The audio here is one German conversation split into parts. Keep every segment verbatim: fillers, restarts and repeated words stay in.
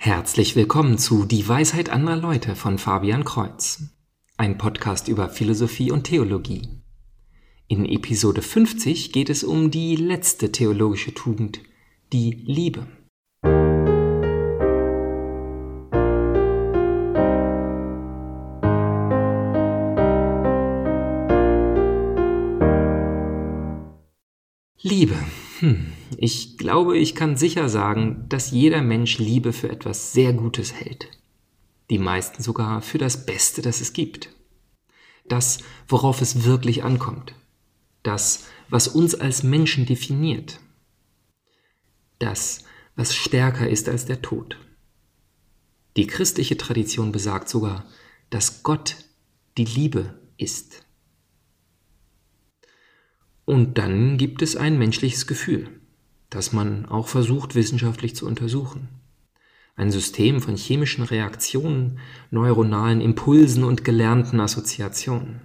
Herzlich willkommen zu Die Weisheit anderer Leute von Fabian Kreuz, ein Podcast über Philosophie und Theologie. In Episode fünfzig geht es um die letzte theologische Tugend, die Liebe. Liebe. Hm. Ich glaube, ich kann sicher sagen, dass jeder Mensch Liebe für etwas sehr Gutes hält. Die meisten sogar für das Beste, das es gibt. Das, worauf es wirklich ankommt. Das, was uns als Menschen definiert. Das, was stärker ist als der Tod. Die christliche Tradition besagt sogar, dass Gott die Liebe ist. Und dann gibt es ein menschliches Gefühl, das man auch versucht wissenschaftlich zu untersuchen. Ein System von chemischen Reaktionen, neuronalen Impulsen und gelernten Assoziationen.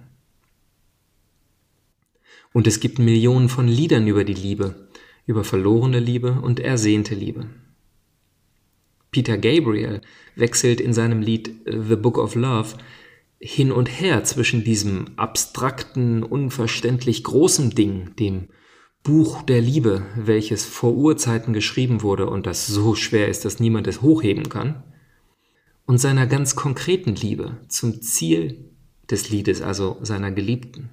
Und es gibt Millionen von Liedern über die Liebe, über verlorene Liebe und ersehnte Liebe. Peter Gabriel wechselt in seinem Lied The Book of Love hin und her zwischen diesem abstrakten, unverständlich großen Ding, dem Buch der Liebe, welches vor Urzeiten geschrieben wurde und das so schwer ist, dass niemand es hochheben kann, und seiner ganz konkreten Liebe zum Ziel des Liedes, also seiner Geliebten.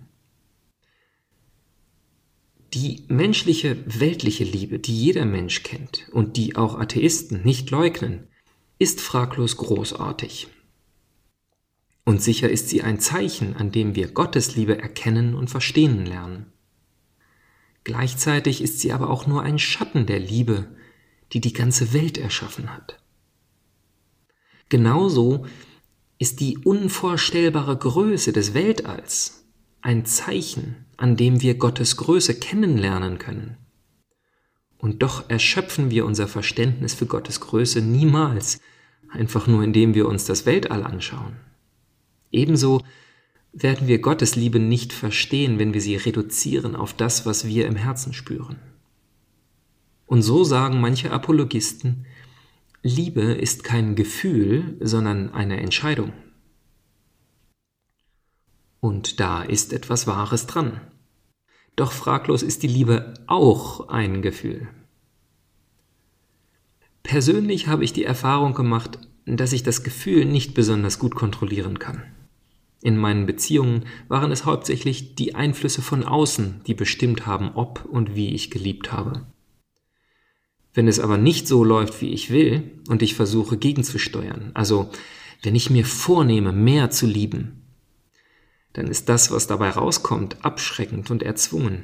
Die menschliche, weltliche Liebe, die jeder Mensch kennt und die auch Atheisten nicht leugnen, ist fraglos großartig. Und sicher ist sie ein Zeichen, an dem wir Gottes Liebe erkennen und verstehen lernen. Gleichzeitig ist sie aber auch nur ein Schatten der Liebe, die die ganze Welt erschaffen hat. Genauso ist die unvorstellbare Größe des Weltalls ein Zeichen, an dem wir Gottes Größe kennenlernen können. Und doch erschöpfen wir unser Verständnis für Gottes Größe niemals, einfach nur indem wir uns das Weltall anschauen. Ebenso werden wir Gottes Liebe nicht verstehen, wenn wir sie reduzieren auf das, was wir im Herzen spüren. Und so sagen manche Apologisten, Liebe ist kein Gefühl, sondern eine Entscheidung. Und da ist etwas Wahres dran. Doch fraglos ist die Liebe auch ein Gefühl. Persönlich habe ich die Erfahrung gemacht, dass ich das Gefühl nicht besonders gut kontrollieren kann. In meinen Beziehungen waren es hauptsächlich die Einflüsse von außen, die bestimmt haben, ob und wie ich geliebt habe. Wenn es aber nicht so läuft, wie ich will, und ich versuche gegenzusteuern, also wenn ich mir vornehme, mehr zu lieben, dann ist das, was dabei rauskommt, abschreckend und erzwungen.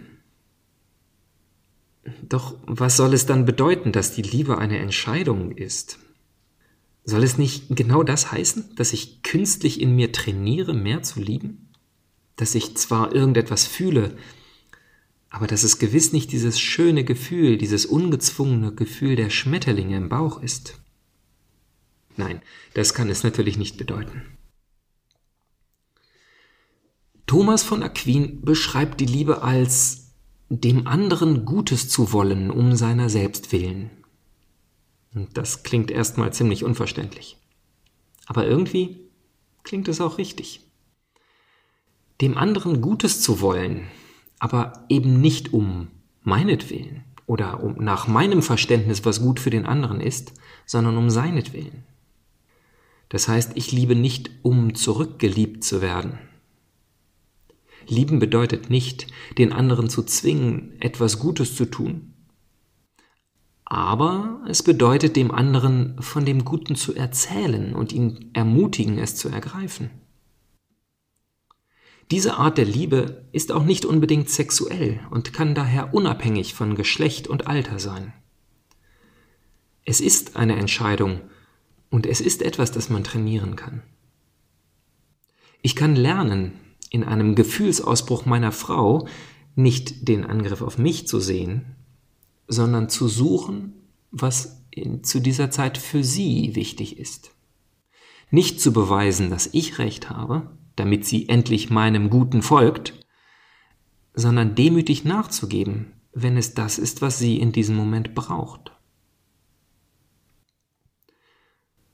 Doch was soll es dann bedeuten, dass die Liebe eine Entscheidung ist? Soll es nicht genau das heißen, dass ich künstlich in mir trainiere, mehr zu lieben? Dass ich zwar irgendetwas fühle, aber dass es gewiss nicht dieses schöne Gefühl, dieses ungezwungene Gefühl der Schmetterlinge im Bauch ist? Nein, das kann es natürlich nicht bedeuten. Thomas von Aquin beschreibt die Liebe als dem anderen Gutes zu wollen, um seiner selbst willen. Und das klingt erstmal ziemlich unverständlich. Aber irgendwie klingt es auch richtig. Dem anderen Gutes zu wollen, aber eben nicht um meinetwillen oder um nach meinem Verständnis, was gut für den anderen ist, sondern um seinetwillen. Das heißt, ich liebe nicht, um zurückgeliebt zu werden. Lieben bedeutet nicht, den anderen zu zwingen, etwas Gutes zu tun. Aber es bedeutet, dem anderen von dem Guten zu erzählen und ihn ermutigen, es zu ergreifen. Diese Art der Liebe ist auch nicht unbedingt sexuell und kann daher unabhängig von Geschlecht und Alter sein. Es ist eine Entscheidung und es ist etwas, das man trainieren kann. Ich kann lernen, in einem Gefühlsausbruch meiner Frau nicht den Angriff auf mich zu sehen, sondern zu suchen, was in, zu dieser Zeit für sie wichtig ist. Nicht zu beweisen, dass ich recht habe, damit sie endlich meinem Guten folgt, sondern demütig nachzugeben, wenn es das ist, was sie in diesem Moment braucht.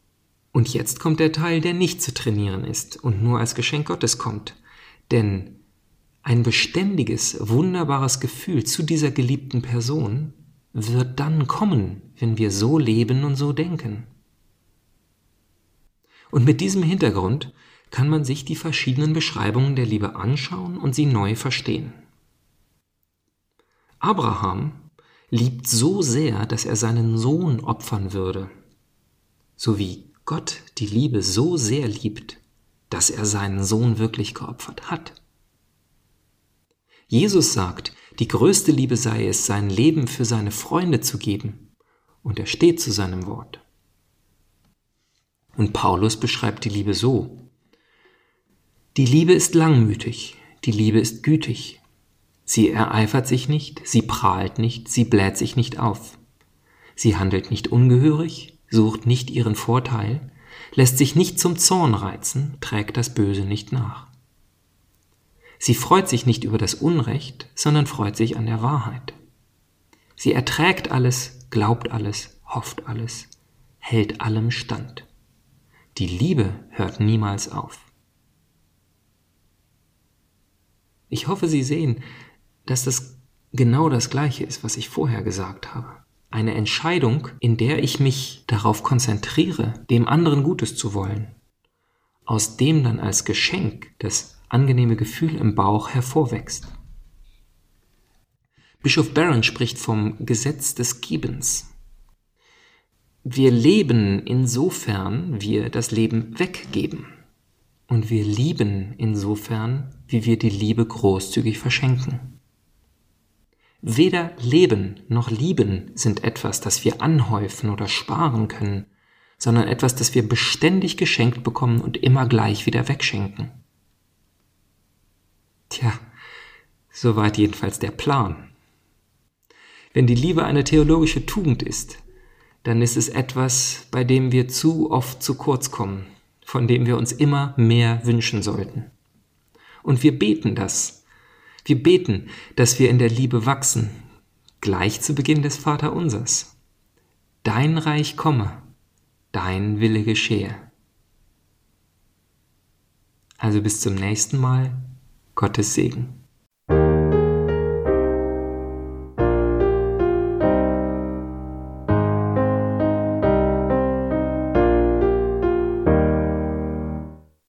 Und jetzt kommt der Teil, der nicht zu trainieren ist und nur als Geschenk Gottes kommt. Denn ein beständiges, wunderbares Gefühl zu dieser geliebten Person wird dann kommen, wenn wir so leben und so denken. Und mit diesem Hintergrund kann man sich die verschiedenen Beschreibungen der Liebe anschauen und sie neu verstehen. Abraham liebt so sehr, dass er seinen Sohn opfern würde, so wie Gott die Liebe so sehr liebt, dass er seinen Sohn wirklich geopfert hat. Jesus sagt, die größte Liebe sei es, sein Leben für seine Freunde zu geben, und er steht zu seinem Wort. Und Paulus beschreibt die Liebe so: Die Liebe ist langmütig, die Liebe ist gütig. Sie ereifert sich nicht, sie prahlt nicht, sie bläht sich nicht auf. Sie handelt nicht ungehörig, sucht nicht ihren Vorteil, lässt sich nicht zum Zorn reizen, trägt das Böse nicht nach. Sie freut sich nicht über das Unrecht, sondern freut sich an der Wahrheit. Sie erträgt alles, glaubt alles, hofft alles, hält allem stand. Die Liebe hört niemals auf. Ich hoffe, Sie sehen, dass das genau das Gleiche ist, was ich vorher gesagt habe. Eine Entscheidung, in der ich mich darauf konzentriere, dem anderen Gutes zu wollen, aus dem dann als Geschenk das angenehme Gefühl im Bauch hervorwächst. Bischof Barron spricht vom Gesetz des Gebens. Wir leben insofern, wir das Leben weggeben. Und wir lieben insofern, wie wir die Liebe großzügig verschenken. Weder Leben noch Lieben sind etwas, das wir anhäufen oder sparen können, sondern etwas, das wir beständig geschenkt bekommen und immer gleich wieder wegschenken. Tja, soweit jedenfalls der Plan. Wenn die Liebe eine theologische Tugend ist, dann ist es etwas, bei dem wir zu oft zu kurz kommen, von dem wir uns immer mehr wünschen sollten. Und wir beten das. Wir beten, dass wir in der Liebe wachsen, gleich zu Beginn des Vaterunsers. Dein Reich komme, dein Wille geschehe. Also bis zum nächsten Mal, Gottes Segen.